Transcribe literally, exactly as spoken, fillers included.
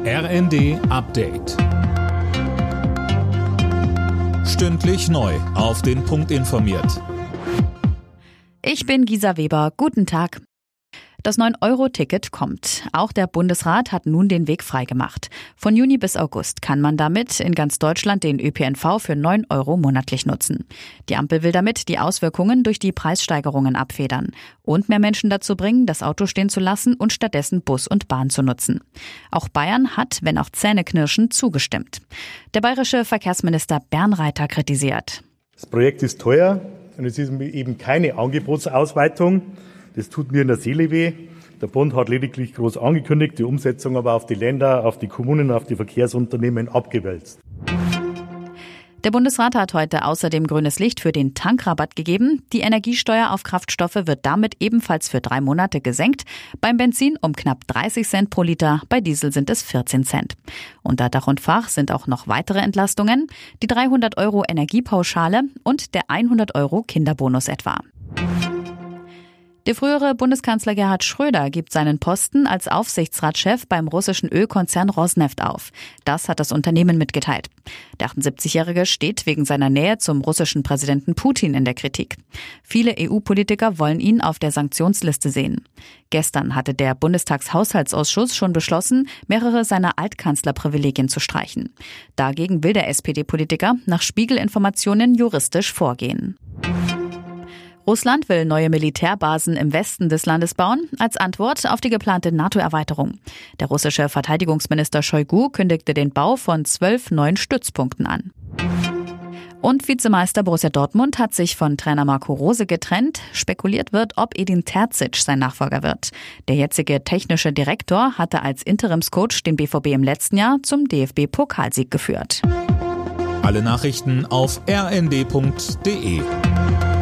R N D Update. Stündlich neu auf den Punkt informiert. Ich bin Gisa Weber. Guten Tag. Das neun Euro Ticket kommt. Auch der Bundesrat hat nun den Weg freigemacht. Von Juni bis August kann man damit in ganz Deutschland den Ö P N V für neun Euro monatlich nutzen. Die Ampel will damit die Auswirkungen durch die Preissteigerungen abfedern und mehr Menschen dazu bringen, das Auto stehen zu lassen und stattdessen Bus und Bahn zu nutzen. Auch Bayern hat, wenn auch zähneknirschend, zugestimmt. Der bayerische Verkehrsminister Bernreiter kritisiert. Das Projekt ist teuer und es ist eben keine Angebotsausweitung. Das tut mir in der Seele weh. Der Bund hat lediglich groß angekündigt, die Umsetzung aber auf die Länder, auf die Kommunen, auf die Verkehrsunternehmen abgewälzt. Der Bundesrat hat heute außerdem grünes Licht für den Tankrabatt gegeben. Die Energiesteuer auf Kraftstoffe wird damit ebenfalls für drei Monate gesenkt. Beim Benzin um knapp dreißig Cent pro Liter, bei Diesel sind es vierzehn Cent. Unter Dach und Fach sind auch noch weitere Entlastungen, die dreihundert Euro Energiepauschale und der hundert Euro Kinderbonus etwa. Der frühere Bundeskanzler Gerhard Schröder gibt seinen Posten als Aufsichtsratschef beim russischen Ölkonzern Rosneft auf. Das hat das Unternehmen mitgeteilt. Der achtundsiebzigjährige steht wegen seiner Nähe zum russischen Präsidenten Putin in der Kritik. Viele E U-Politiker wollen ihn auf der Sanktionsliste sehen. Gestern hatte der Bundestagshaushaltsausschuss schon beschlossen, mehrere seiner Altkanzlerprivilegien zu streichen. Dagegen will der S P D-Politiker nach Spiegel-Informationen juristisch vorgehen. Russland will neue Militärbasen im Westen des Landes bauen, als Antwort auf die geplante NATO-Erweiterung. Der russische Verteidigungsminister Shoigu kündigte den Bau von zwölf neuen Stützpunkten an. Und Vizemeister Borussia Dortmund hat sich von Trainer Marco Rose getrennt. Spekuliert wird, ob Edin Terzic sein Nachfolger wird. Der jetzige technische Direktor hatte als Interimscoach den B V B im letzten Jahr zum D F B-Pokalsieg geführt. Alle Nachrichten auf r n d punkt d e.